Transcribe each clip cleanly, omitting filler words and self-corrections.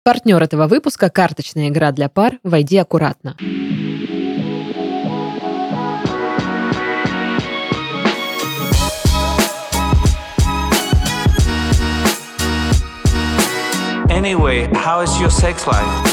Партнер этого выпуска – карточная игра для пар «Войди аккуратно». Anyway, how is your sex life?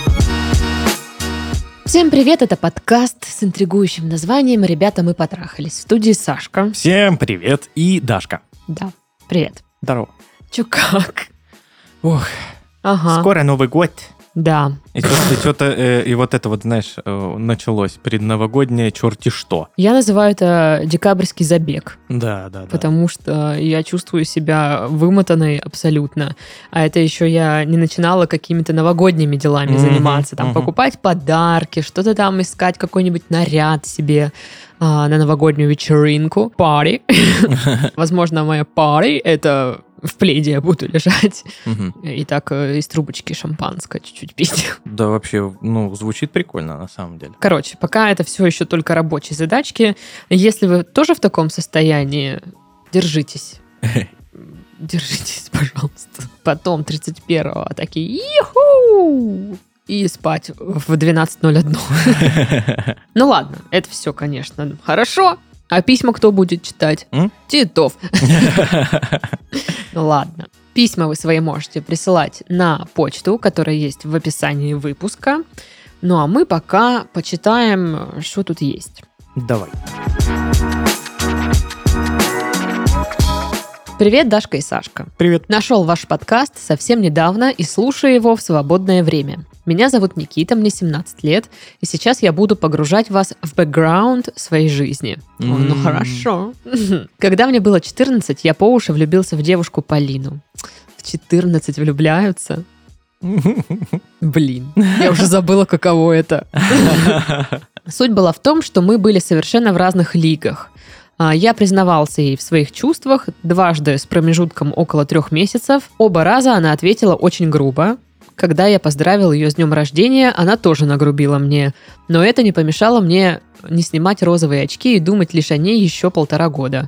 Всем привет, это подкаст с интригующим названием «Ребята, мы потрахались». В студии Сашка. Всем привет и Дашка. Да, привет. Здорово. Чё как? Ох, Ага, скоро Новый год. да. И что-то, и вот это вот, знаешь, началось предновогоднее черти что. Я называю это декабрьский забег, Да. потому что я чувствую себя вымотанной абсолютно. А это еще я не начинала какими-то новогодними делами заниматься. Там покупать подарки, что-то там искать, какой-нибудь наряд себе на новогоднюю вечеринку. Пари. Возможно, моя пари — это в пледе я буду лежать. И так из трубочки шампанское чуть-чуть пить. Да, вообще, звучит прикольно на самом деле. Короче, пока это все еще только рабочие задачки. Если вы тоже в таком состоянии, держитесь. Держитесь, пожалуйста. Потом 31-го такие «Иху!» и спать в 12:01. Ну ладно, это все, конечно, хорошо. А письма кто будет читать? Титов. Ну ладно. Письма вы свои можете присылать на почту, которая есть в описании выпуска. Ну а мы пока почитаем, что тут есть. Давай. Привет, Дашка и Сашка. Привет. Нашел ваш подкаст совсем недавно и слушаю его в свободное время. Меня зовут Никита, мне 17 лет, и сейчас я буду погружать вас в бэкграунд своей жизни. Ну хорошо. Когда мне было 14, я по уши влюбился в девушку Полину. В 14 влюбляются? Блин, я уже забыла, каково это. Суть была в том, что мы были совершенно в разных лигах. Я признавался ей в своих чувствах дважды с промежутком около 3 месяцев. Оба раза она ответила очень грубо. Когда я поздравил ее с днем рождения, она тоже нагрубила мне. Но это не помешало мне не снимать розовые очки и думать лишь о ней еще 1,5 года.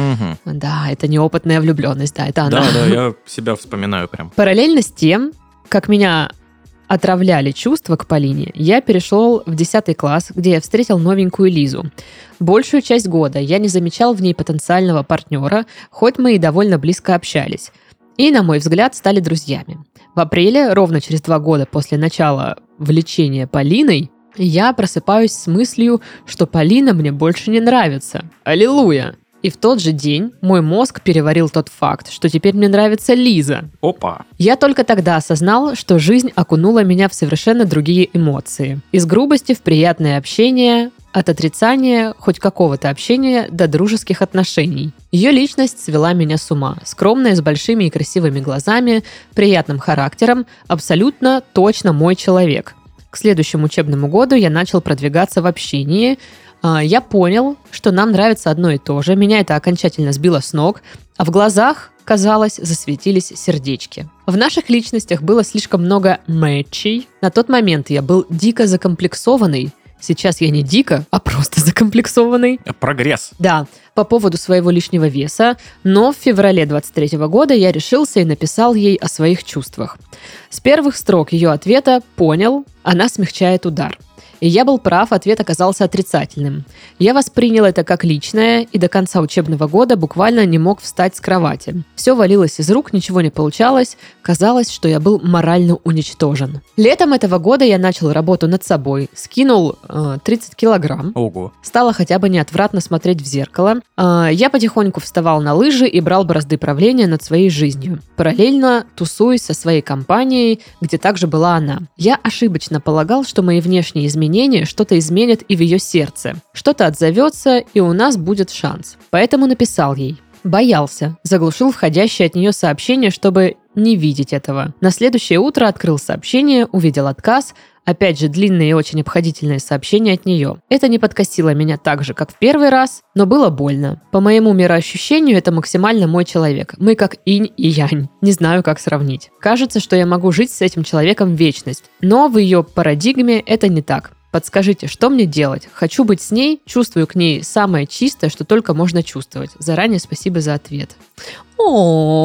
Да, это неопытная влюбленность, да, это она. Да, я себя вспоминаю прям. Параллельно с тем, как меня отравляли чувства к Полине, я перешел в 10 класс, где я встретил новенькую Лизу. Большую часть года я не замечал в ней потенциального партнера, хоть мы и довольно близко общались. И, на мой взгляд, стали друзьями. В апреле, ровно через 2 года после начала влечения Полиной, я просыпаюсь с мыслью, что Полина мне больше не нравится. Аллилуйя! И в тот же день мой мозг переварил тот факт, что теперь мне нравится Лиза. Опа! Я только тогда осознал, что жизнь окунула меня в совершенно другие эмоции. Из грубости в приятное общение, от отрицания хоть какого-то общения до дружеских отношений. Ее личность свела меня с ума. Скромная, с большими и красивыми глазами, приятным характером, абсолютно точно мой человек. К следующему учебному году я начал продвигаться в общении. Я понял, что нам нравится одно и то же. Меня это окончательно сбило с ног, а в глазах, казалось, засветились сердечки. В наших личностях было слишком много мэтчей. На тот момент я был дико закомплексованный. Сейчас я не дико, а просто закомплексованный. Прогресс. Да, по поводу своего лишнего веса, но в феврале 23 года я решился и написал ей о своих чувствах. С первых строк ее ответа понял, она смягчает удар. И я был прав, ответ оказался отрицательным. Я воспринял это как личное и до конца учебного года буквально не мог встать с кровати. Все валилось из рук, ничего не получалось. Казалось, что я был морально уничтожен. Летом этого года я начал работу над собой, скинул 30 килограмм. Ого. Стало хотя бы неотвратно смотреть в зеркало. Я потихоньку вставал на лыжи и брал бразды правления над своей жизнью. Параллельно тусуясь со своей компанией, где также была она. Я ошибочно полагал, что мои внешние изменения что-то изменят и в ее сердце. Что-то отзовется, и у нас будет шанс. Поэтому написал ей. Боялся. Заглушил входящее от нее сообщение, чтобы не видеть этого. На следующее утро открыл сообщение, увидел отказ. Опять же, длинное и очень обходительное сообщение от нее. Это не подкосило меня так же, как в первый раз, но было больно. По моему мироощущению, это максимально мой человек. Мы как инь и янь. Не знаю, как сравнить. Кажется, что я могу жить с этим человеком вечность. Но в ее парадигме это не так. Подскажите, что мне делать? Хочу быть с ней, чувствую к ней самое чистое, что только можно чувствовать. Заранее спасибо за ответ. О,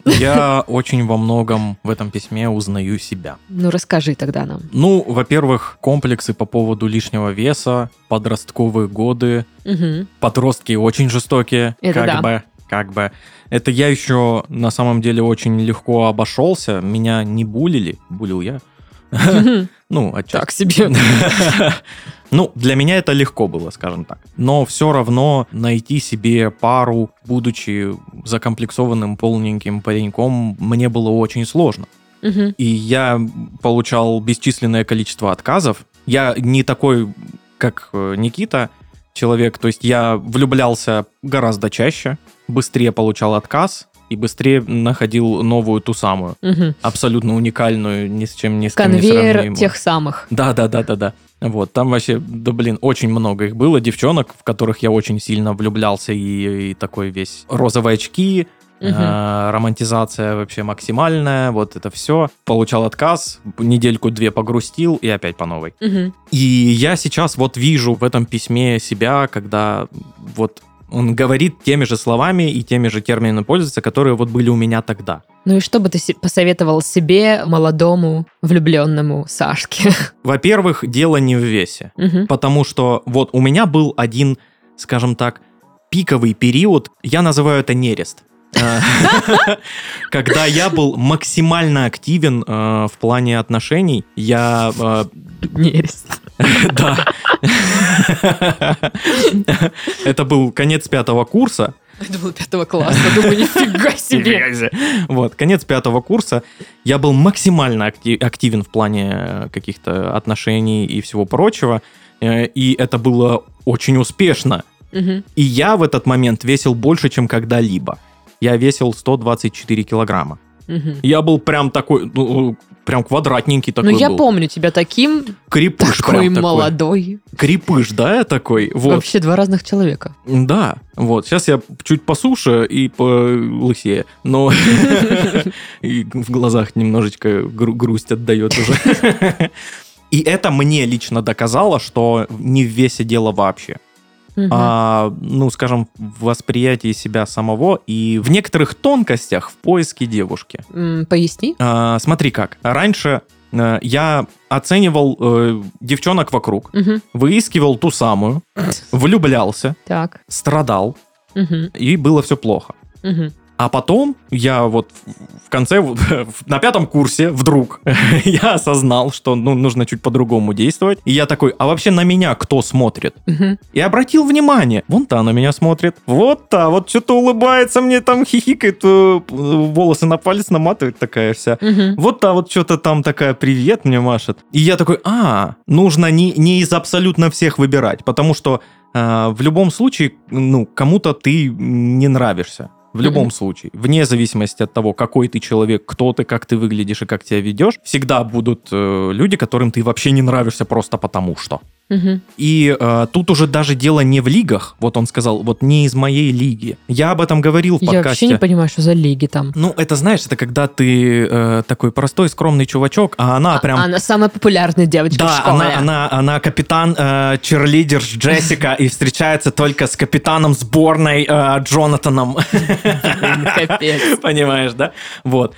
Я очень во многом в этом письме узнаю себя. Ну, расскажи тогда нам. Ну, во-первых, комплексы по поводу лишнего веса, подростковые годы, Мгм. подростки очень жестокие. Это как бы. Это я еще на самом деле очень легко обошелся. Меня не булили. Булил я. Ну, отчасти. Так себе. Ну, для меня это легко было, скажем так. Но все равно найти себе пару, будучи закомплексованным полненьким пареньком, мне было очень сложно. Мгм. И я получал бесчисленное количество отказов. Я не такой, как Никита, человек. То есть я влюблялся гораздо чаще, быстрее получал отказ и быстрее находил новую ту самую. Мгм. Абсолютно уникальную, ни с чем не сравнимую. Конвейер тех самых. Да. Вот, там вообще, да блин, очень много их было, девчонок, в которых я очень сильно влюблялся, и такой весь розовые очки, Мгм. романтизация вообще максимальная, вот это все. Получал отказ, недельку-две погрустил, и опять по новой. Мгм. И я сейчас вот вижу в этом письме себя, когда вот он говорит теми же словами и теми же терминами пользуется, которые вот были у меня тогда. Ну и что бы ты посоветовал себе, молодому, влюбленному Сашке? Во-первых, дело не в весе. Мгм. Потому что вот у меня был один, скажем так, пиковый период, я называю это нерест. Когда я был максимально активен в плане отношений, я... Нерест. Да. Это был конец 5 курса. Это было 5 класса. Думаю, нифига себе. Вот, конец 5 курса. Я был максимально активен в плане каких-то отношений и всего прочего. И это было очень успешно. Мгм. И я в этот момент весил больше, чем когда-либо. Я весил 124 килограмма. Мгм. Я был прям такой, ну, прям квадратненький такой Ну, я был. помню тебя таким, Крепыш такой прям такой. молодой. Крепыш, да, я такой? Вот. Вообще два разных человека. Да, вот. Сейчас я чуть посуше и полысее, но и в глазах немножечко грусть отдает уже. И это мне лично доказало, что не в весе дело вообще. Мгм. Ну, скажем, в восприятии себя самого и в некоторых тонкостях в поиске девушки. Поясни. Смотри как. Раньше я оценивал девчонок вокруг, Мгм. выискивал ту самую, влюблялся, Так. страдал, Мгм. и было все плохо. Мгм. А потом я вот в конце, на 5 курсе вдруг я осознал, что нужно чуть по-другому действовать. И я такой, а вообще на меня кто смотрит? Мгм. И обратил внимание, вон та на меня смотрит, вот та, вот что-то улыбается мне, там хихикает, волосы на палец наматывает такая вся. Мгм. Вот та вот что-то там такая, привет мне машет. И я такой, нужно не из абсолютно всех выбирать, потому что в любом случае, кому-то ты не нравишься. В любом случае, вне зависимости от того, какой ты человек, кто ты, как ты выглядишь и как тебя ведешь, всегда будут люди, которым ты вообще не нравишься просто потому что. Мгм. И тут уже даже дело не в лигах, вот он сказал, вот не из моей лиги. Я об этом говорил в Я подкасте. вообще не понимаю, что за лиги там. Ну, это, знаешь, это когда ты такой простой, скромный чувачок, а она прям... Она самая популярная девочка в Да, школе. она капитан черлидер Джессика и встречается только с капитаном сборной Джонатаном. Капец. Понимаешь, да? Вот.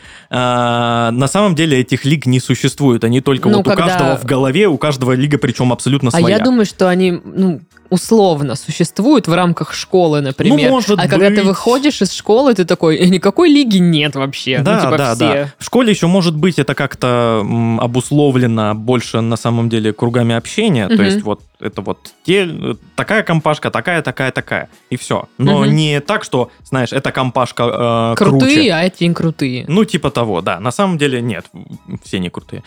На самом деле этих лиг не существует. Они только Ну, вот у когда- каждого в голове, у каждого лига, причем абсолютно А своя. я думаю, что они, условно существуют в рамках школы, например. может а когда ты быть. выходишь из школы, ты такой, никакой лиги нет вообще. Да. все. В школе еще, может быть, это как-то обусловлено больше на самом деле кругами общения. То Мгм. есть вот это вот такая компашка, такая. И все. Но Мгм. не так, что, знаешь, эта компашка Крутые, круче. а эти не крутые. Ну, типа того, да. На самом деле нет. Все не крутые.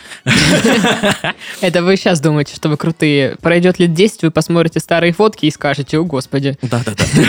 Это вы сейчас думаете, что вы крутые. Пройдет лет 10, вы посмотрите старые фотки и скажете, о господи. Да.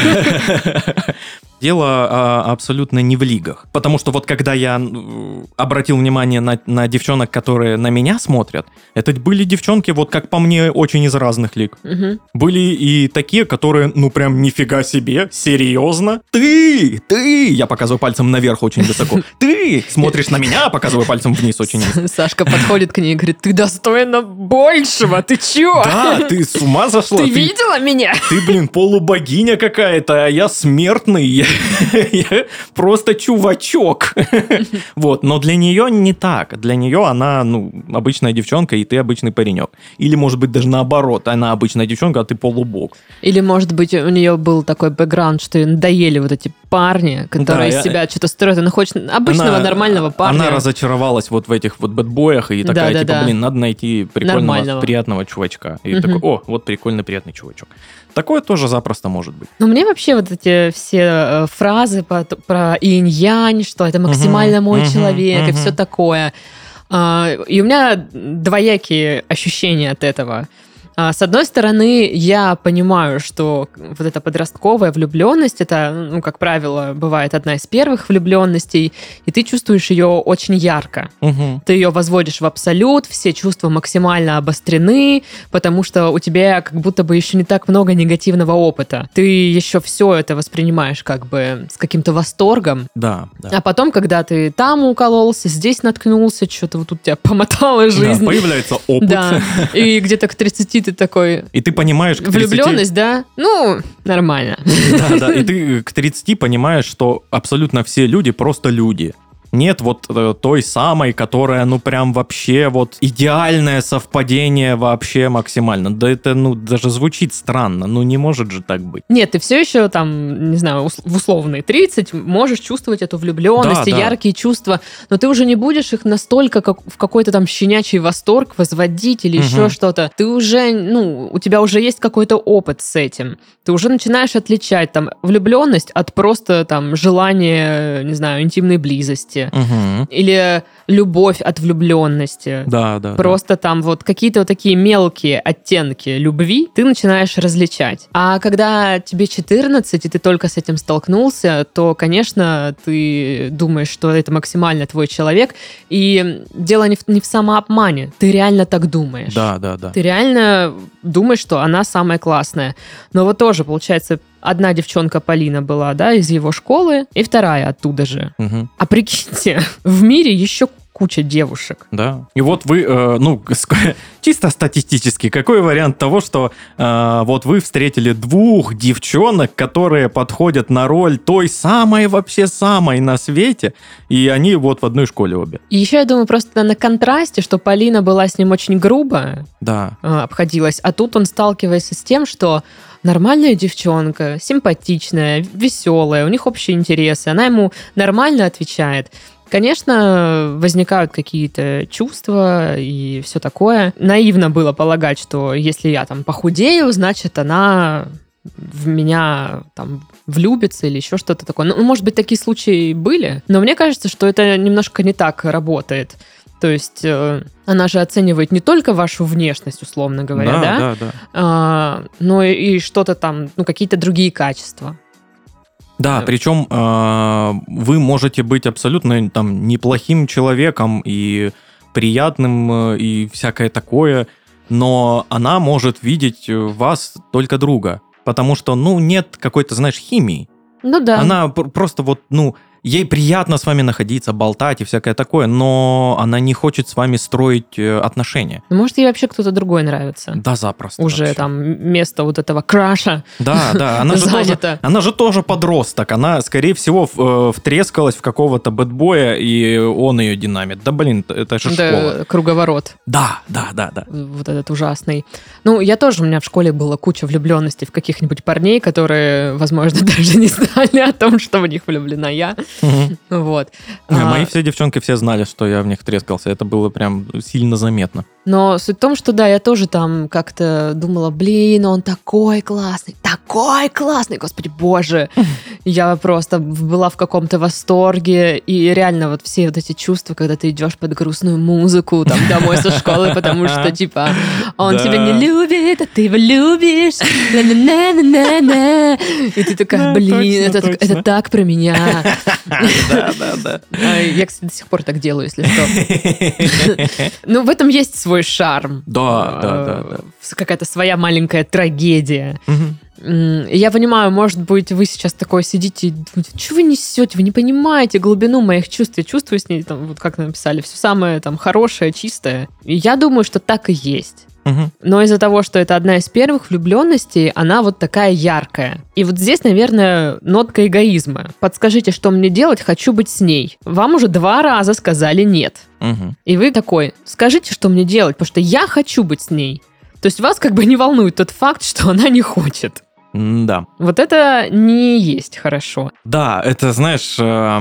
Дело абсолютно не в лигах. Потому что вот когда я обратил внимание на девчонок, которые на меня смотрят, это были девчонки, вот как по мне, очень из разных лиг. Мгм. Были и такие, которые, прям нифига себе, серьезно. Ты, я показываю пальцем наверх очень высоко. Ты смотришь на меня, показываю пальцем вниз очень низко. Сашка подходит к ней и говорит, ты достойна большего, ты чё? Да, ты с ума зашла? Ты видела меня? Ты, полубогиня какая-то, а я смертный. Я просто чувачок. Вот, но для нее не так. Для нее она, обычная девчонка, и ты обычный паренек. Или, может быть, даже наоборот, она обычная девчонка, а ты полубог. Или, может быть, у нее был такой бэкграунд, что ей надоели вот эти парни, которые из себя что-то строят. Она хочет обычного нормального парня. Она разочаровалась вот в этих вот бэтбоях, и такая, надо найти прикольного, приятного чувачка. И такой, вот прикольный, приятный чувачок. Такое тоже запросто может быть. Но мне вообще вот эти все фразы про инь-янь, что это максимально мой человек и все такое. И у меня двоякие ощущения от этого. С одной стороны, я понимаю, что вот эта подростковая влюбленность, это, как правило, бывает одна из первых влюбленностей, и ты чувствуешь ее очень ярко. Ты ее возводишь в абсолют, все чувства максимально обострены, потому что у тебя как будто бы еще не так много негативного опыта. Ты еще все это воспринимаешь как бы с каким-то восторгом. Да. А потом, когда ты там укололся, здесь наткнулся, что-то вот тут тебя помотала жизнь. Да, появляется опыт. Да, и где-то к 30 ты такой... И ты понимаешь... Влюбленность, да? Нормально. Да, и ты к 30 понимаешь, что абсолютно все люди просто люди. Нет вот той самой, которая, прям вообще вот идеальное совпадение вообще максимально. Да это, даже звучит странно. Не может же так быть. Нет, ты все еще там, не знаю, в условные 30 можешь чувствовать эту влюбленность и яркие чувства, но ты уже не будешь их настолько как в какой-то там щенячий восторг возводить или еще что-то. Ты уже, у тебя уже есть какой-то опыт с этим. Ты уже начинаешь отличать там влюбленность от просто там желания, не знаю, интимной близости. Или любовь от влюбленности. Да. Просто там вот какие-то вот такие мелкие оттенки любви ты начинаешь различать. А когда тебе 14, и ты только с этим столкнулся, то, конечно, ты думаешь, что это максимально твой человек. И дело не в самообмане. Ты реально так думаешь. Да. Ты реально думаешь, что она самая классная. Но вот тоже, получается, одна девчонка Полина была, да, из его школы, и вторая оттуда же. А прикиньте, в мире еще куча девушек. Да. И вот вы, чисто статистически, какой вариант того, что вот вы встретили двух девчонок, которые подходят на роль той самой вообще самой на свете, и они вот в одной школе обе. И еще, я думаю, просто на контрасте, что Полина была с ним очень грубо обходилась, а тут он сталкивается с тем, что нормальная девчонка, симпатичная, веселая, у них общие интересы, она ему нормально отвечает. Конечно, возникают какие-то чувства и все такое. Наивно было полагать, что если я там похудею, значит, она в меня там влюбится или еще что-то такое. Может быть, такие случаи были, но мне кажется, что это немножко не так работает. То есть она же оценивает не только вашу внешность, условно говоря, но и что-то там, какие-то другие качества. Да, причем вы можете быть абсолютно там неплохим человеком и приятным и всякое такое, но она может видеть в вас только друга, потому что, нет какой-то, знаешь, химии. Да. Она просто вот, ей приятно с вами находиться, болтать и всякое такое, но она не хочет с вами строить отношения. Может, ей вообще кто-то другой нравится. Да, запросто. Уже вообще. там место вот этого краша. Да, она же тоже подросток. Она, скорее всего, втрескалась в какого-то бэтбоя, и он ее динамит. Да, блин, это же школа. Да, круговорот. Да. Вот этот ужасный. У меня в школе была куча влюбленностей в каких-нибудь парней, которые, возможно, даже не знали о том, что в них влюблена я. Вот. Мои все девчонки все знали, что я в них трескался. Это было прям сильно заметно. Но суть в том, что да, я тоже там как-то думала, он такой классный, господи боже. Я просто была в каком-то восторге, и реально вот все вот эти чувства, когда ты идешь под грустную музыку там домой со школы, потому что типа он тебя не любит, а ты его любишь. И ты такая, это так про меня. Да. Я, кстати, до сих пор так делаю, если что. В этом есть свой шарм. Да. Какая-то своя маленькая трагедия. Я понимаю, может быть, вы сейчас такое сидите и думаете, что вы несете, вы не понимаете глубину моих чувств. Я чувствую с ней, там, вот как написали, все самое там хорошее, чистое. И я думаю, что так и есть. Мгм. Но из-за того, что это одна из первых влюбленностей, она вот такая яркая. И вот здесь, наверное, нотка эгоизма. Подскажите, что мне делать, хочу быть с ней. Вам уже 2 раза сказали нет. Мгм. И вы такой, скажите, что мне делать, потому что я хочу быть с ней. То есть вас как бы не волнует тот факт, что она не хочет. Да. Вот это не есть хорошо. Да, это, знаешь,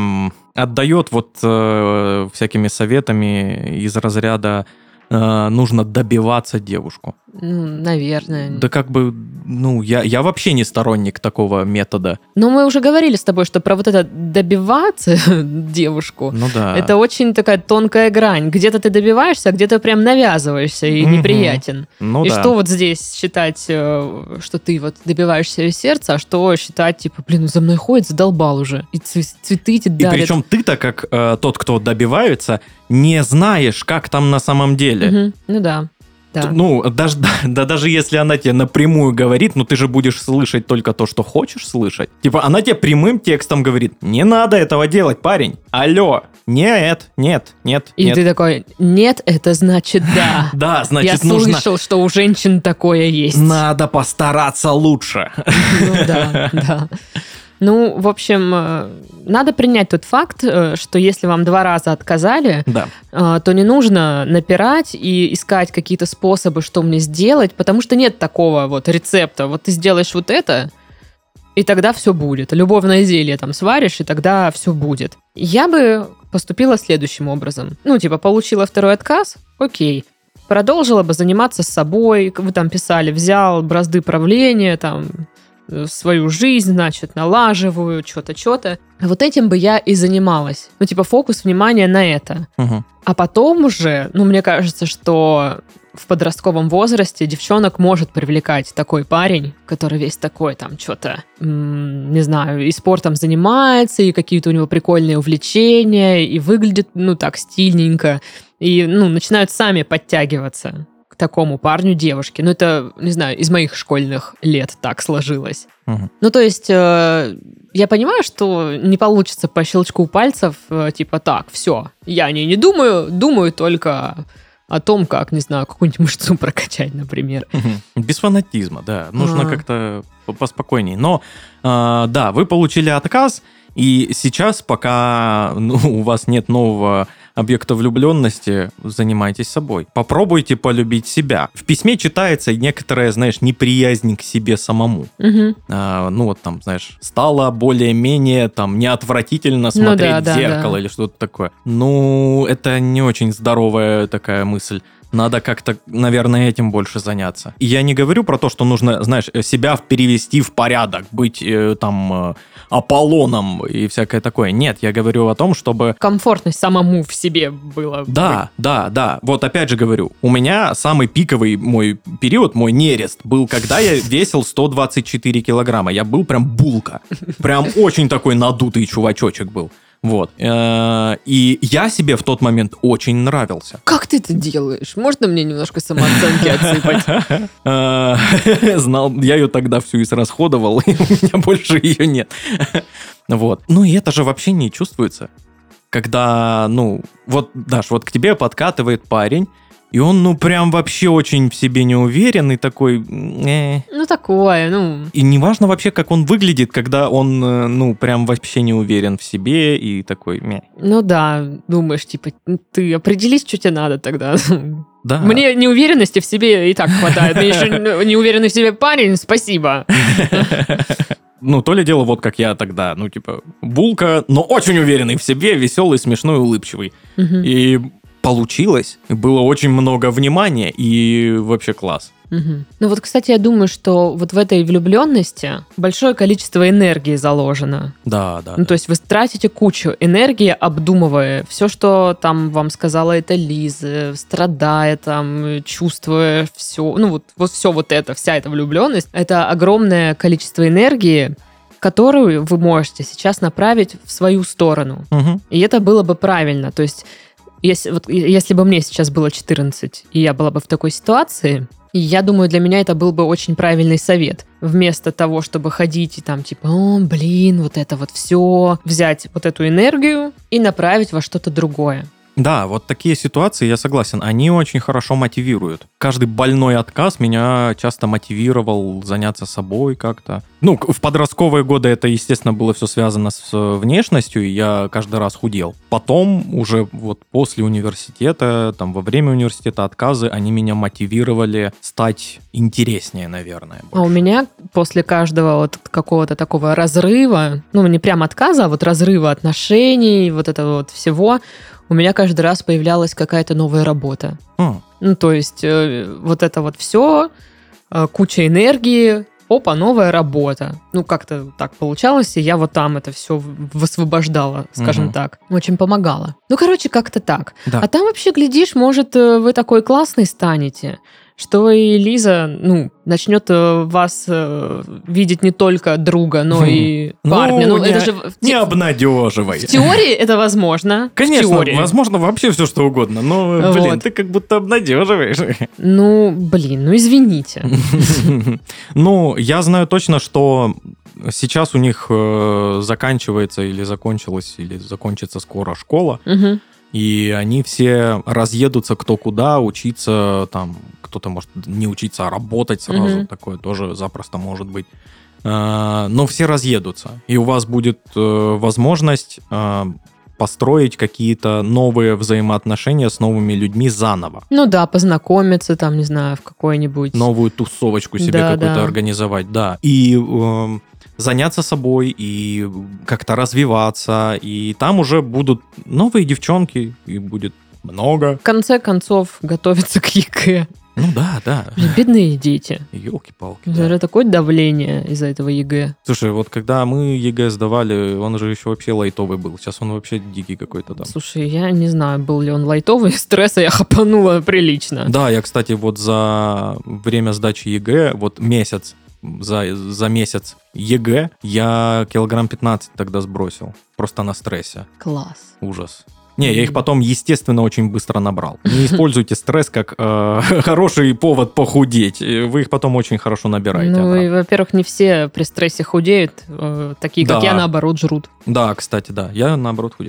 отдает вот всякими советами из разряда нужно добиваться девушку. Ну, наверное. Да как бы, ну, я вообще не сторонник такого метода. Но мы уже говорили с тобой, что про вот это добиваться девушку, Ну да. это очень такая тонкая грань. Где-то ты добиваешься, а где-то прям навязываешься и Мгм. неприятен. Ну И да. что вот здесь считать, что ты вот добиваешься ее сердца, а что считать, типа, блин, он за мной ходит, задолбал уже. И цветы эти И дарят. причем ты-то, как тот, кто добивается, не знаешь, как там на самом деле. Мгм. Ну да. Да. Ну, даже если она тебе напрямую говорит, ну ты же будешь слышать только то, что хочешь слышать. Типа, она тебе прямым текстом говорит, не надо этого делать, парень. Алло, нет. И ты такой, нет, это значит да. Да, Я значит, нужно... слышал, что у женщин такое есть. Надо постараться лучше. Ну да, да. Ну, в общем, надо принять тот факт, что если вам 2 раза отказали, Да. то не нужно напирать и искать какие-то способы, что мне сделать, потому что нет такого вот рецепта. Вот ты сделаешь вот это, и тогда все будет. Любовное зелье там сваришь, и тогда все будет. Я бы поступила следующим образом. Ну, типа, получила 2-й отказ, окей. Продолжила бы заниматься с собой, вы там писали, взял бразды правления, там, свою жизнь, значит, налаживаю, что-то. Вот этим бы я и занималась. Ну, типа, фокус внимания на это. Мгм. А потом уже, ну, мне кажется, что в подростковом возрасте девчонок может привлекать такой парень, который весь такой, там, что-то, не знаю, и спортом занимается, и какие-то у него прикольные увлечения, и выглядит, ну, так, стильненько, и, ну, начинают сами подтягиваться к такому парню девушки. Ну, это, не знаю, из моих школьных лет так сложилось. Мгм. Ну, то есть, я понимаю, что не получится по щелчку пальцев, типа, так, все, я о ней не думаю, думаю только о том, как, не знаю, какую-нибудь мышцу прокачать, например. Мгм. Без фанатизма, да. Нужно А. как-то поспокойнее. Но, да, вы получили отказ, и сейчас, пока у вас нет нового объекта влюбленности, занимайтесь собой. Попробуйте полюбить себя. В письме читается некоторая, знаешь, неприязнь к себе самому. Мгм. Ну вот там, знаешь, стало более-менее там неотвратительно смотреть да, в да, зеркало да. или что-то такое. Ну, это не очень здоровая такая мысль. Надо как-то, наверное, этим больше заняться. И я не говорю про то, что нужно, знаешь, себя перевести в порядок, быть Аполлоном и всякое такое. Нет, я говорю о том, чтобы... Комфортность самому в себе было. Да. Вот опять же говорю, у меня самый пиковый мой период, мой нерест был, когда я весил 124 килограмма. Я был прям булка. Прям очень такой надутый чувачочек был. Вот. И я себе в тот момент очень нравился. Как ты это делаешь? Можно мне немножко самооценки отсыпать? Знал, я ее тогда всю израсходовал, и у меня больше ее нет. Вот. Ну и это же вообще не чувствуется. Когда, ну, вот, Даш, вот к тебе подкатывает парень, и он, ну, прям вообще очень в себе не уверен, и такой... Ну, такое, ну... И неважно вообще, как он выглядит, когда он, ну, прям вообще не уверен в себе, и такой... Ну да, думаешь, типа, ты определись, что тебе надо тогда. Да. Мне неуверенности в себе и так хватает. Мне еще неуверенный в себе парень, спасибо. Ну, то ли дело вот как я тогда, ну, типа, булка, но очень уверенный в себе, веселый, смешной, улыбчивый. Мгм. И получилось, было очень много внимания, и вообще класс. Мгм. Ну вот, кстати, я думаю, что вот в этой влюбленности большое количество энергии заложено. Да. Ну, то есть вы тратите кучу энергии, обдумывая все, что там вам сказала эта Лиза, страдая там, чувствуя все. Ну, вот все вот это, вся эта влюбленность, это огромное количество энергии, которую вы можете сейчас направить в свою сторону. Мгм. И это было бы правильно. То есть, если бы мне сейчас было 14, и я была бы в такой ситуации, и я думаю, для меня это был бы очень правильный совет. Вместо того, чтобы ходить и там типа, о, блин, вот это вот все, взять вот эту энергию и направить во что-то другое. Да, вот такие ситуации, я согласен, они очень хорошо мотивируют. Каждый больной отказ меня часто мотивировал заняться собой как-то. Ну, в подростковые годы это, естественно, было все связано с внешностью, и я каждый раз худел. Потом, уже вот после университета, там, во время университета отказы, они меня мотивировали стать интереснее, наверное. А у меня после каждого вот какого-то такого разрыва, ну, не прям отказа, а вот разрыва отношений, вот этого вот всего, у меня каждый раз появлялась какая-то новая работа. Ну, то есть вот это вот все, куча энергии, опа, новая работа. Ну, как-то так получалось, и я вот там это все высвобождала, скажем так. Очень помогала. Ну, короче, как-то так. Да. А там вообще, глядишь, может, вы такой классный станете, что и Лиза, ну, начнет вас видеть не только друга, но и парня. Ну, это же... Не обнадеживай. В теории это возможно. Конечно, возможно вообще все, что угодно, но, блин, вот. Ты как будто обнадеживаешь. Ну, блин, ну извините. Ну, я знаю точно, что сейчас у них заканчивается или закончилась, или закончится скоро школа, и они все разъедутся кто куда, учиться, там, кто-то может не учиться, а работать сразу, такое тоже запросто может быть. Но все разъедутся, и у вас будет возможность построить какие-то новые взаимоотношения с новыми людьми заново. Ну да, познакомиться, там, не знаю, в какой-нибудь... Новую тусовочку себе какую-то организовать, да. И заняться собой, и как-то развиваться, и там уже будут новые девчонки, и будет много. В конце концов, готовиться к ЕГЭ. Ну да, да. Бедные дети. Ёлки-палки. Это такое давление из-за этого ЕГЭ. Слушай, вот когда мы ЕГЭ сдавали, он же еще вообще лайтовый был. Сейчас он вообще дикий какой-то там. Слушай, я не знаю, был ли он лайтовый. Стресса я хапанула прилично. Да, я, кстати, вот за время сдачи ЕГЭ, вот месяц, за месяц ЕГЭ я килограмм 15 тогда сбросил. Просто на стрессе. Класс. Ужас. Не, я их потом, естественно, очень быстро набрал. Не используйте стресс как хороший повод похудеть. Вы их потом очень хорошо набираете. Ну, и, во-первых, не все при стрессе худеют. Такие, как я, наоборот, жрут. Да, кстати, да. Я, наоборот, худею.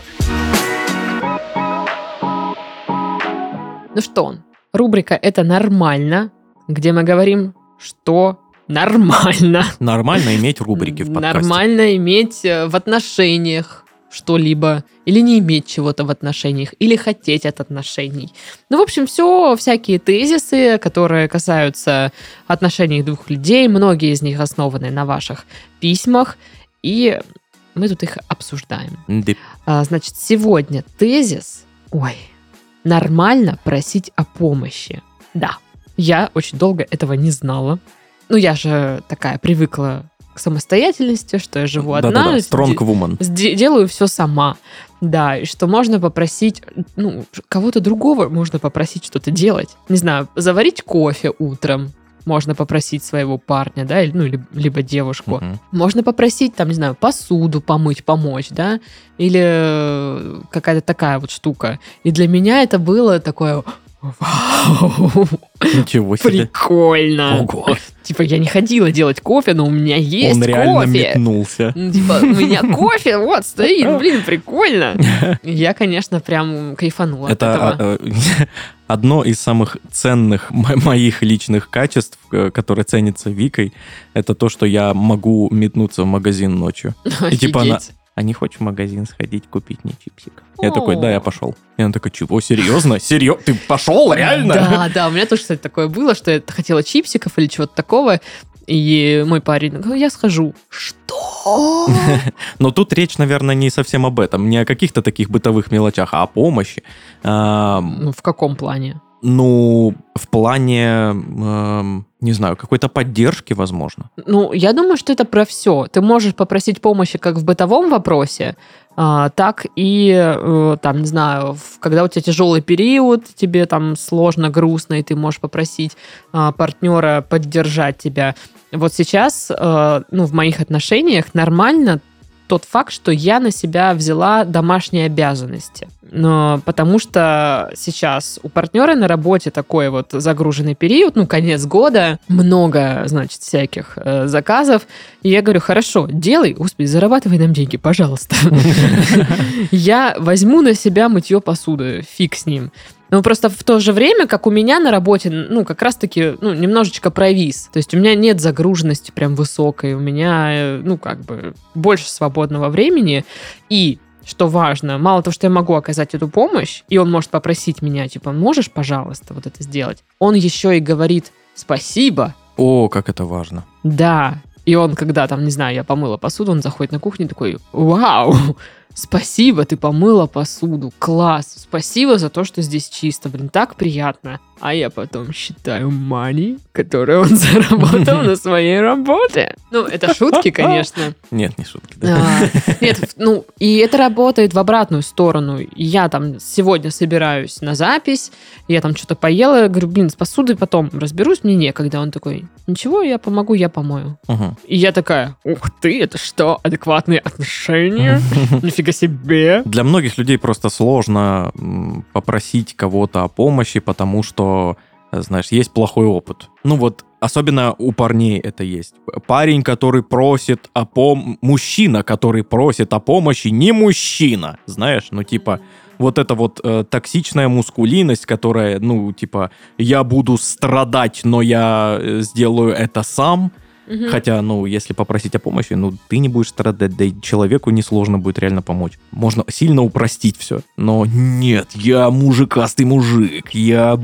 Ну что, рубрика «Это нормально», где мы говорим, что нормально. Нормально иметь рубрики в подкасте. Нормально иметь в отношениях что-либо, или не иметь чего-то в отношениях, или хотеть от отношений. Ну, в общем, все всякие тезисы, которые касаются отношений двух людей, многие из них основаны на ваших письмах, и мы тут их обсуждаем. Значит, сегодня тезис, нормально просить о помощи. Да, я очень долго этого не знала. Ну, я же такая привыкла к самостоятельности, что я живу одна. Да-да-да, strong woman. Делаю все сама. Да, и что можно попросить, кого-то другого можно попросить что-то делать. Не знаю, заварить кофе утром. Можно попросить своего парня, да, либо девушку. Можно попросить, там, не знаю, посуду помыть, помочь, да, или какая-то такая вот штука. И для меня это было такое... Вау! Ничего себе. Прикольно. Ого. Типа, я не ходила делать кофе, но у меня есть кофе. Он реально метнулся. Типа, у меня кофе вот стоит, блин, прикольно. Я, конечно, прям кайфанула от этого. Это одно из самых ценных моих личных качеств, которое ценится Викой, это то, что я могу метнуться в магазин ночью. И типа она... А не хочешь в магазин сходить, купить мне чипсиков? Я такой, да, я пошел. И она такая, чего, серьезно? Серьезно? Ты пошел, реально? Да, у меня тоже, кстати, такое было, что я хотела чипсиков или чего-то такого, и мой парень, я схожу. Что? Но тут речь, наверное, не совсем об этом, не о каких-то таких бытовых мелочах, а о помощи. В каком плане? Ну, в плане, не знаю, какой-то поддержки, возможно. Ну, я думаю, что это про все. Ты можешь попросить помощи как в бытовом вопросе, так и, там, не знаю, когда у тебя тяжелый период, тебе там сложно, грустно, и ты можешь попросить партнера поддержать тебя. Вот сейчас, в моих отношениях нормально тот факт, что я на себя взяла домашние обязанности. Потому что сейчас у партнера на работе такой вот загруженный период, конец года, много, значит, всяких заказов. И я говорю, хорошо, делай, господи, зарабатывай нам деньги, пожалуйста. Я возьму на себя мытье посуды, фиг с ним. Но просто в то же время, как у меня на работе, как раз-таки, немножечко провис. То есть у меня нет загруженности прям высокой, у меня, больше свободного времени. И, что важно, мало того, что я могу оказать эту помощь, и он может попросить меня, можешь, пожалуйста, вот это сделать? Он еще и говорит спасибо. О, как это важно. Да. И он, когда я помыла посуду, он заходит на кухню и такой, вау, спасибо, ты помыла посуду, класс, спасибо за то, что здесь чисто, так приятно. А я потом считаю money, который он заработал на своей работе. Это шутки, конечно. Нет, не шутки. Нет, и это работает в обратную сторону. Я сегодня собираюсь на запись, я что-то поела, говорю, с посудой потом разберусь, мне некогда. Он такой, ничего, я помогу, я помою. И я такая, ух ты, это что, адекватные отношения? Нифига себе. Для многих людей просто сложно попросить кого-то о помощи, потому что, знаешь, есть плохой опыт. Особенно у парней это есть. Парень, который просит мужчина, который просит о помощи, не мужчина. Знаешь, вот эта вот токсичная мускулинность, которая, я буду страдать, но я сделаю это сам. Хотя, если попросить о помощи, ты не будешь страдать, да и человеку несложно будет реально помочь. Можно сильно упростить все. Но нет, я мужикастый мужик, я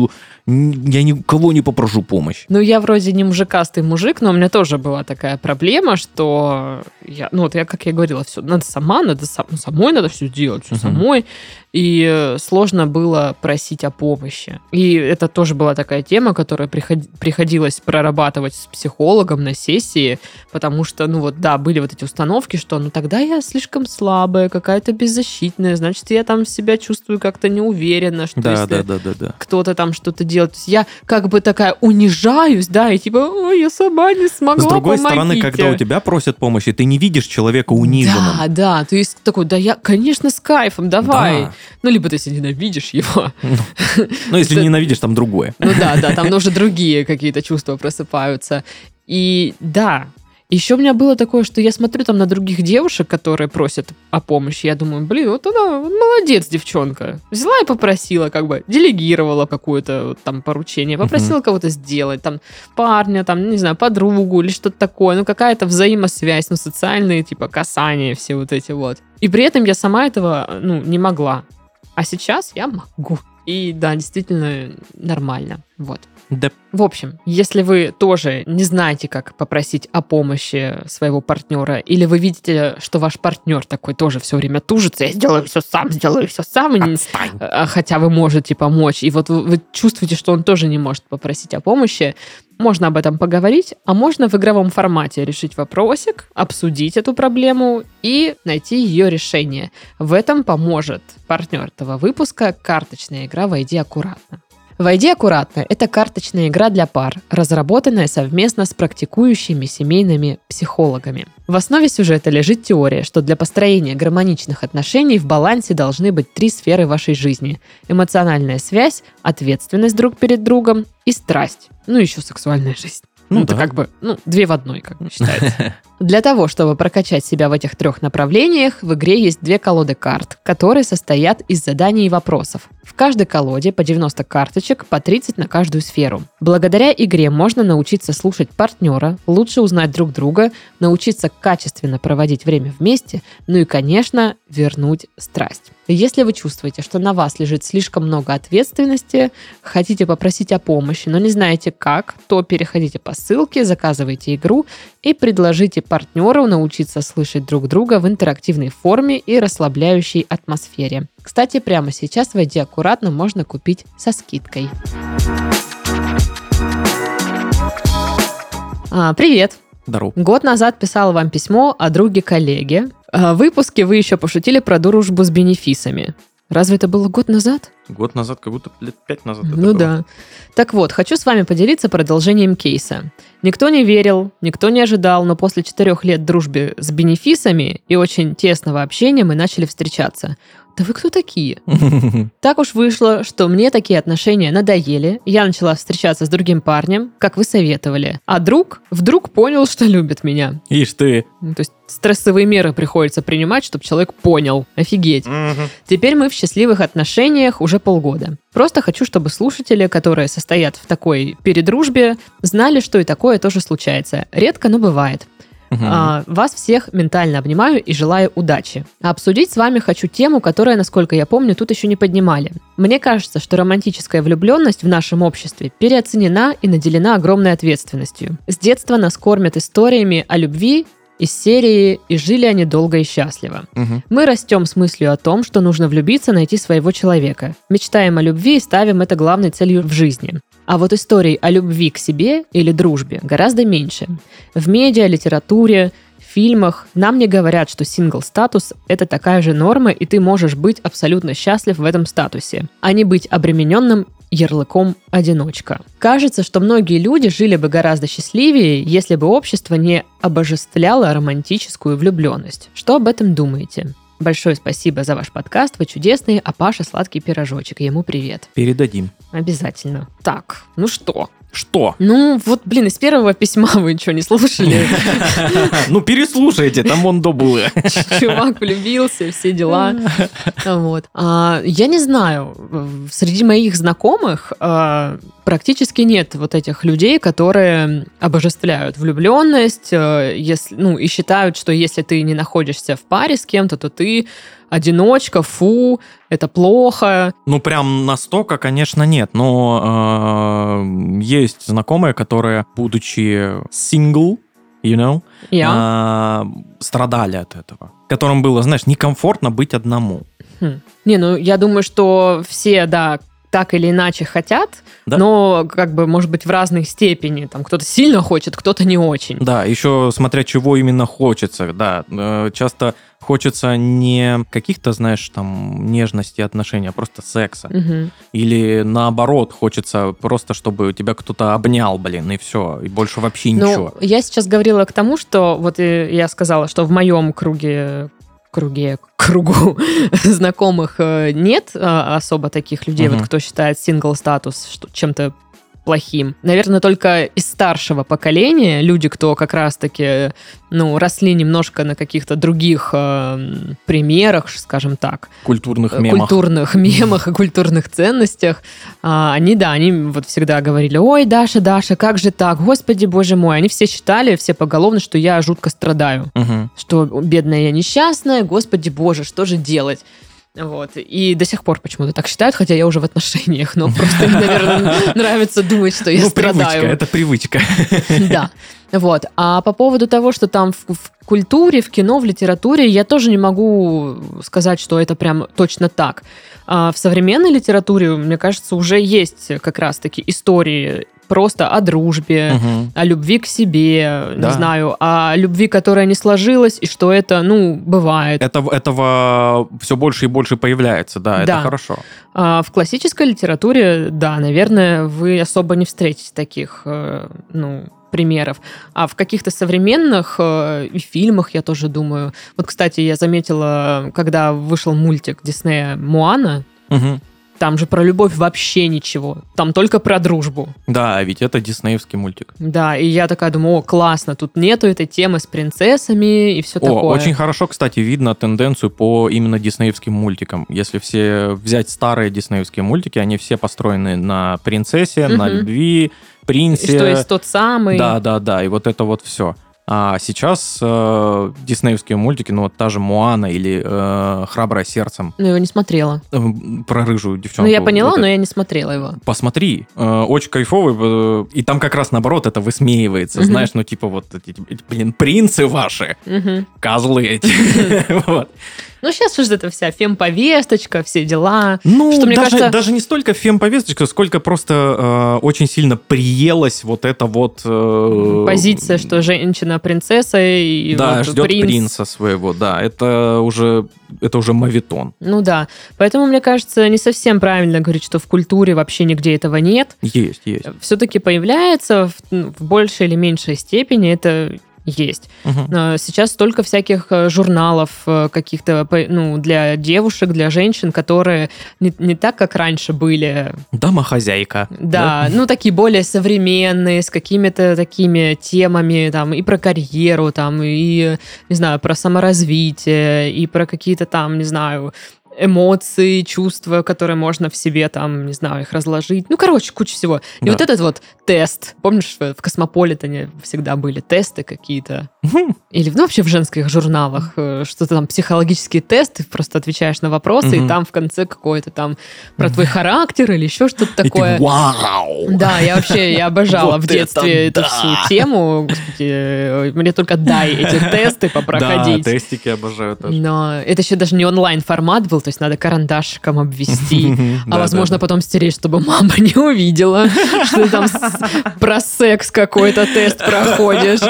никого не попрошу помощь. Я вроде не мужикастый мужик, но у меня тоже была такая проблема, что как я говорила, все надо самой надо все делать, все самой. И сложно было просить о помощи. И это тоже была такая тема, которую приходилось прорабатывать с психологом на сессии, потому что, были вот эти установки, что, тогда я слишком слабая, какая-то беззащитная, значит, я себя чувствую как-то неуверенно, что если кто-то что-то делает, то есть я как бы такая унижаюсь, да, и я сама не смогла, С другой помогите. стороны, когда у тебя просят помощи, ты не видишь человека униженным. Да, то есть такой, я, конечно, с кайфом, давай. Да. Либо ты если ненавидишь его. Если ненавидишь, там другое. Там уже другие какие-то чувства просыпаются. И да, еще у меня было такое, что я смотрю на других девушек, которые просят о помощи, я думаю, вот она молодец, девчонка. Взяла и попросила, делегировала какое-то поручение, попросила кого-то сделать, парня, не знаю, подругу или что-то такое, какая-то взаимосвязь, социальные, касания, все вот эти вот. И при этом я сама этого, не могла. А сейчас я могу. И да, действительно нормально. Вот. Да. В общем, если вы тоже не знаете, как попросить о помощи своего партнера, или вы видите, что ваш партнер такой тоже все время тужится, я сделаю все сам, хотя вы можете помочь, и вот вы чувствуете, что он тоже не может попросить о помощи, можно об этом поговорить, а можно в игровом формате решить вопросик, обсудить эту проблему и найти ее решение. В этом поможет партнер этого выпуска карточная игра «Войди аккуратно». «Войди аккуратно» — это карточная игра для пар, разработанная совместно с практикующими семейными психологами. В основе сюжета лежит теория, что для построения гармоничных отношений в балансе должны быть 3 сферы вашей жизни: эмоциональная связь, ответственность друг перед другом и страсть. Еще сексуальная жизнь. Это 2 в 1, как считается. Для того, чтобы прокачать себя в этих 3 направлениях, в игре есть 2 колоды карт, которые состоят из заданий и вопросов. В каждой колоде по 90 карточек, по 30 на каждую сферу. Благодаря игре можно научиться слушать партнера, лучше узнать друг друга, научиться качественно проводить время вместе, и, конечно, вернуть страсть. Если вы чувствуете, что на вас лежит слишком много ответственности, хотите попросить о помощи, но не знаете как, то переходите по ссылке, заказывайте игру и предложите партнеру научиться слышать друг друга в интерактивной форме и расслабляющей атмосфере. Кстати, прямо сейчас «Войди аккуратно» можно купить со скидкой. Привет! Здорово. Год назад писала вам письмо о друге-коллеге. В выпуске вы еще пошутили про дружбу с бенефисами. Разве это было год назад? Год назад, как будто лет 5 назад. это Ну было. да. Так вот, хочу с вами поделиться продолжением кейса. Никто не верил, никто не ожидал, но после 4 лет дружбы с бенефисами и очень тесного общения мы начали встречаться. Да вы кто такие? Так уж вышло, что мне такие отношения надоели. Я начала встречаться с другим парнем, как вы советовали. А друг вдруг понял, что любит меня. Ишь ты. Ну, то есть стрессовые меры приходится принимать, чтобы человек понял. Офигеть. Теперь мы в счастливых отношениях уже полгода. Просто хочу, чтобы слушатели, которые состоят в такой передружбе, знали, что и такое тоже случается. Редко, но бывает. Вас всех ментально обнимаю и желаю удачи. А обсудить с вами хочу тему, которую, насколько я помню, тут еще не поднимали. Мне кажется, что романтическая влюбленность в нашем обществе переоценена и наделена огромной ответственностью. С детства нас кормят историями о любви из серии «И жили они долго и счастливо». Мы растем с мыслью о том, что нужно влюбиться, найти своего человека. Мечтаем о любви и ставим это главной целью в жизни. А вот историй о любви к себе или дружбе гораздо меньше. В медиа, литературе, фильмах нам не говорят, что сингл-статус – это такая же норма, и ты можешь быть абсолютно счастлив в этом статусе, а не быть обремененным ярлыком «одиночка». Кажется, что многие люди жили бы гораздо счастливее, если бы общество не обожествляло романтическую влюбленность. Что об этом думаете? Большое спасибо за ваш подкаст, вы чудесные, а Паша сладкий пирожочек, ему привет. Передадим. Обязательно. Так, ну что? Что? Ну, вот, блин, из первого письма вы ничего не слушали? Ну, переслушайте, там он до было. Чувак влюбился, все дела. Вот. Я не знаю, среди моих знакомых практически нет вот этих людей, которые обожествляют влюбленность, и считают, что если ты не находишься в паре с кем-то, то ты одиночка, фу, это плохо. Ну, прям настолько, конечно, нет. Но есть знакомые, которые, будучи сингл, страдали от этого. Которым было, знаешь, некомфортно быть одному. Не, ну, я думаю, что все, да, так или иначе хотят, да? Но, как бы, может быть, в разной степени. Там кто-то сильно хочет, кто-то не очень. Да, еще смотря чего именно хочется, да. Часто хочется не каких-то, знаешь, там, нежности отношений, а просто секса. Или наоборот, хочется просто, чтобы тебя кто-то обнял, блин, и все, и больше вообще ничего. Ну, я сейчас говорила к тому, что вот я сказала, что в моем кругу знакомых нет особо таких людей, вот кто считает сингл-статус чем-то плохим. Наверное, только из старшего поколения люди, кто как раз-таки, росли немножко на каких-то других примерах, скажем так. Культурных мемах и культурных ценностях. Они вот всегда говорили: ой, Даша, как же так? Господи, боже мой. Они все считали, все поголовно, что я жутко страдаю. Что бедная я несчастная, господи боже, что же делать? Вот. И до сих пор почему-то так считают, хотя я уже в отношениях, но просто им, наверное, нравится думать, что я страдаю. Это привычка. Да. Вот. А по поводу того, что там в культуре, в кино, в литературе, я тоже не могу сказать, что это прям точно так. А в современной литературе, мне кажется, уже есть как раз-таки истории просто о дружбе, о любви к себе, не знаю, о любви, которая не сложилась, и что это, бывает. Этого все больше и больше появляется, да, это хорошо. А в классической литературе, да, наверное, вы особо не встретите таких, примеров. А в каких-то современных и фильмах, я тоже думаю... Вот, кстати, я заметила, когда вышел мультик Диснея «Моана», там же про любовь вообще ничего. Там только про дружбу. Да, ведь это диснеевский мультик. Да, и я такая думаю: классно, тут нету этой темы с принцессами и все такое. Очень хорошо, кстати, видно тенденцию по именно диснеевским мультикам. Если все взять старые диснеевские мультики, они все построены на принцессе, на любви, принце. И что есть тот самый. Да, и вот это вот все. А сейчас диснеевские мультики, вот та же «Моана» или «Храброе сердцем». Я его не смотрела. Про рыжую девчонку. Я поняла, но я не смотрела его. Посмотри. Очень кайфовый. И там как раз наоборот это высмеивается. Знаешь, вот эти, принцы ваши. Козлы эти. Ну, сейчас уже это вся фемповесточка, все дела. Ну, что, мне кажется... даже не столько фемповесточка, сколько просто очень сильно приелась вот эта вот... позиция, что женщина принцесса и да, вот ждет принц. принца своего, да. Это уже моветон. Ну да. Поэтому, мне кажется, не совсем правильно говорить, что в культуре вообще нигде этого нет. Есть. Все-таки появляется в большей или меньшей степени, это есть. Сейчас столько всяких журналов каких-то, ну, для девушек, для женщин, которые не так, как раньше были. Домохозяйка. Да, ну, такие более современные, с какими-то такими темами, там, и про карьеру, там, и, не знаю, про саморазвитие, и про какие-то там, не знаю, эмоции, чувства, которые можно в себе там, не знаю, их разложить. Ну, короче, куча всего. И Да. вот этот вот тест. Помнишь, в Космополитене всегда были тесты какие-то? Или ну, вообще в женских журналах что-то там, психологические тесты, просто отвечаешь на вопросы, и там в конце какое-то там про твой характер или еще что-то такое. И ты, вау! Да, я обожала Вот в детстве это эту всю тему. Господи, мне только дай эти тесты попроходить. Да, тестики обожаю тоже. Но это еще даже не онлайн-формат был, то есть надо карандашиком обвести, а возможно потом стереть, чтобы мама не увидела, что ты там про секс какой-то тест проходишь.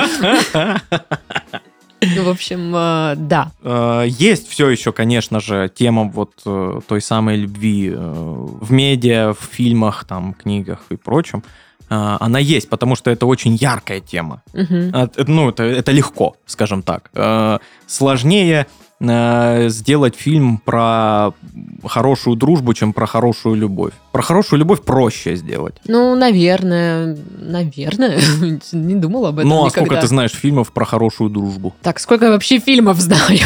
Ну, в общем, да. Есть все еще, конечно же, тема вот той самой любви в медиа, в фильмах, там, книгах и прочем. Она есть, потому что это очень яркая тема. Ну, это легко, скажем так. Сложнее сделать фильм про хорошую дружбу, чем про хорошую любовь. Про хорошую любовь проще сделать. Ну, наверное. Не думала об этом Ну, а никогда. сколько ты знаешь фильмов про хорошую дружбу? Так, сколько я вообще фильмов знаю?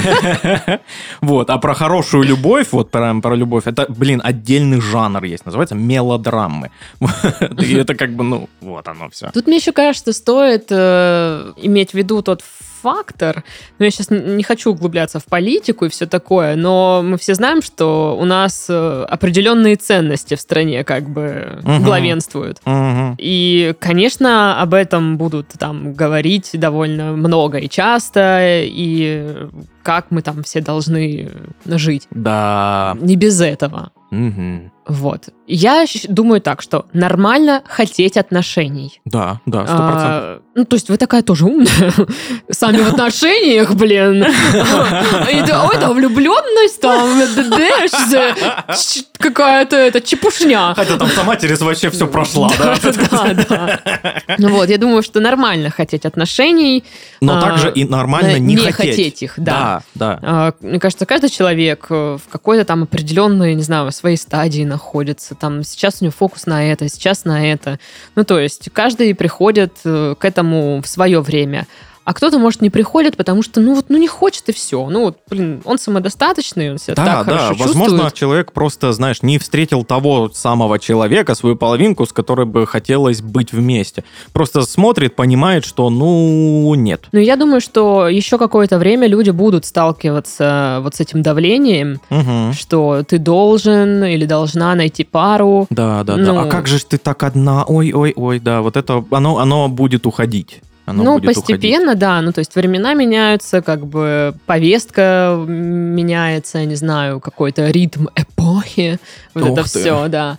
Вот, а про хорошую любовь, вот прям про любовь, это, отдельный жанр есть, называется мелодрамы. И это как бы, ну, вот оно все. Тут мне еще кажется, стоит иметь в виду тот фактор, но я сейчас не хочу углубляться в политику и все такое, но мы все знаем, что у нас определенные ценности в стране как бы главенствуют. И, конечно, об этом будут там говорить довольно много и часто, и как мы там все должны жить. Да. Не без этого. Вот. Я думаю так, что нормально хотеть отношений. Да, 100%. Ну, то есть вы такая тоже умная. Сами в отношениях, блин. Ой, да, влюбленность там, какая-то это чепушня. Хотя там сама через вообще все прошла, да? Да. Ну вот, я думаю, что нормально хотеть отношений. Но также и нормально не хотеть их, да. Да. Мне кажется, каждый человек в какой-то там определенной, не знаю, своей стадии находится. Там сейчас у него фокус на это, сейчас на это. Ну, то есть каждый приходит к этому в свое время. А кто-то, может, не приходит, потому что, ну не хочет и все. Ну вот, он самодостаточный, он себя так хорошо чувствует. Возможно, человек просто, знаешь, не встретил того самого человека, свою половинку, с которой бы хотелось быть вместе. Просто смотрит, понимает, что, нет. Ну, я думаю, что еще какое-то время люди будут сталкиваться вот с этим давлением, что ты должен или должна найти пару. Да. А как же ты так одна? Ой, да, вот это, оно будет уходить. Постепенно, да. Ну, то есть времена меняются, как бы повестка меняется, я не знаю, какой-то ритм эпохи. Вот это все, да.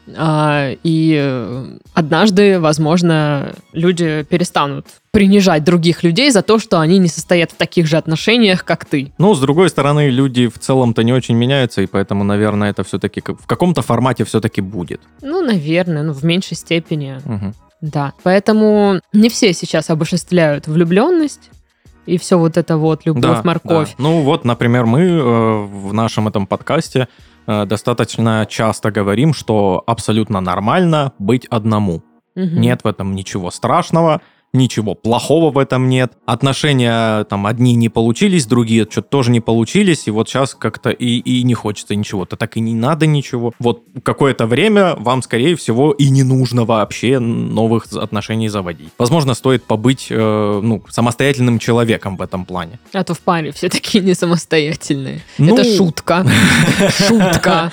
И однажды, возможно, люди перестанут принижать других людей за то, что они не состоят в таких же отношениях, как ты. Ну, с другой стороны, люди в целом-то не очень меняются, и поэтому, наверное, это все-таки в каком-то формате все-таки будет. Ну, наверное, в меньшей степени. Да, поэтому не все сейчас обожествляют влюбленность и все вот это вот любовь, морковь. Да. Ну вот, например, мы в нашем этом подкасте достаточно часто говорим, что абсолютно нормально быть одному. Нет в этом ничего страшного, ничего плохого в этом нет. Отношения там одни не получились, другие что-то тоже не получились, и вот сейчас как-то и не хочется ничего-то, так и не надо ничего. Вот какое-то время вам, скорее всего, и не нужно вообще новых отношений заводить. Возможно, стоит побыть самостоятельным человеком в этом плане. А то в паре все такие не самостоятельные. Это шутка. Шутка.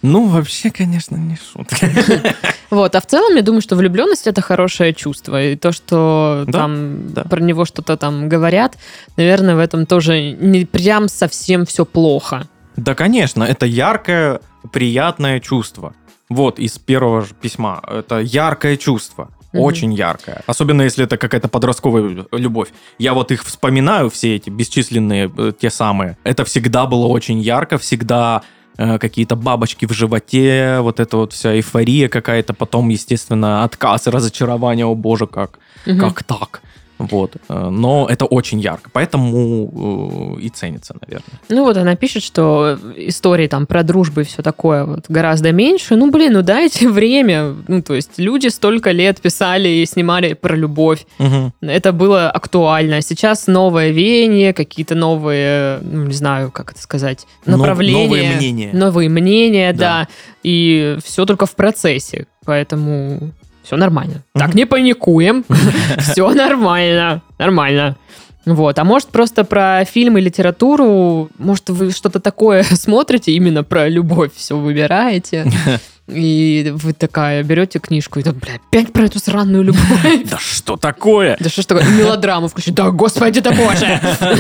Ну, вообще, конечно, не шутка. Вот, а в целом, я думаю, что влюбленность — это хорошее чувство. И то, что Да, там да. про него что-то там говорят, наверное, в этом тоже не прям совсем все плохо. Да, конечно, это яркое, приятное чувство. Вот, из первого же письма. Это яркое чувство. Очень яркое. Особенно, если это какая-то подростковая любовь. Я вот их вспоминаю, все эти бесчисленные, те самые. Это всегда было очень ярко, всегда какие-то бабочки в животе, вот эта вот вся эйфория какая-то, потом, естественно, отказ и разочарование, о боже, как так? Вот. Но это очень ярко, поэтому и ценится, наверное. Ну вот она пишет, что истории там про дружбу и все такое вот гораздо меньше. Ну, блин, ну дайте время. Ну, то есть люди столько лет писали и снимали про любовь. Угу. Это было актуально. Сейчас новое веяние, какие-то новые, ну, не знаю, как это сказать, направления. Новые мнения. Новые мнения, Да. да. И все только в процессе. Поэтому все нормально. Так, не паникуем. Все нормально. Нормально. Вот. А может, просто про фильм и литературу, может, вы что-то такое смотрите, именно про любовь все выбираете, и вы такая берете книжку, и там, бля, опять про эту сраную любовь. Да что такое? Да что ж такое? Мелодраму включить. Да, господи, да боже!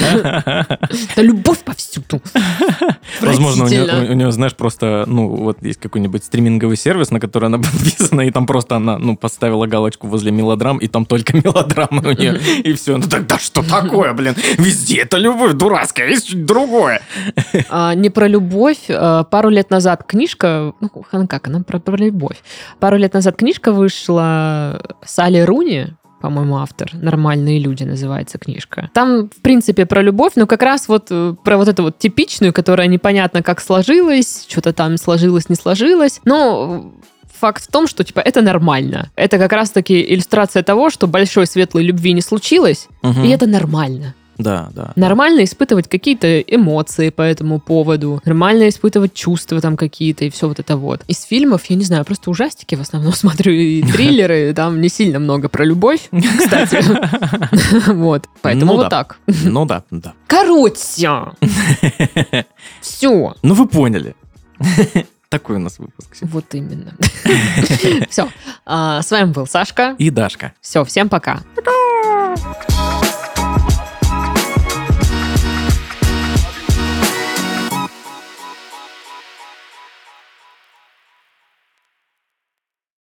Да любовь повсюду. Возможно, у Отвратительно. нее, знаешь, просто, ну, вот есть какой-нибудь стриминговый сервис, на который она подписана, и там просто она, ну, поставила галочку возле мелодрам, и там только мелодрамы у нее, и все. Ну, так, да что такое, блин? Везде это любовь дурацкая, есть что-то другое. Не про любовь. Пару лет назад книжка... Ну, она как? Она про любовь. Пару лет назад книжка вышла Салли Руни, по-моему, автор. «Нормальные люди» называется книжка. Там, в принципе, про любовь, но как раз вот про вот эту вот типичную, которая непонятно как сложилась, что-то там сложилось, не сложилось. Но факт в том, что, типа, это нормально. Это как раз-таки иллюстрация того, что большой светлой любви не случилось, и это нормально. Да, да. Нормально испытывать какие-то эмоции по этому поводу, нормально испытывать чувства там какие-то и все вот это вот. Из фильмов, я не знаю, просто ужастики в основном смотрю и триллеры, там не сильно много про любовь, кстати. Вот, поэтому Ну вот да. так. Ну да, да. Короче, все. Ну вы поняли. Такой у нас выпуск. Вот именно. Все. С вами был Сашка. И Дашка. Все, всем пока.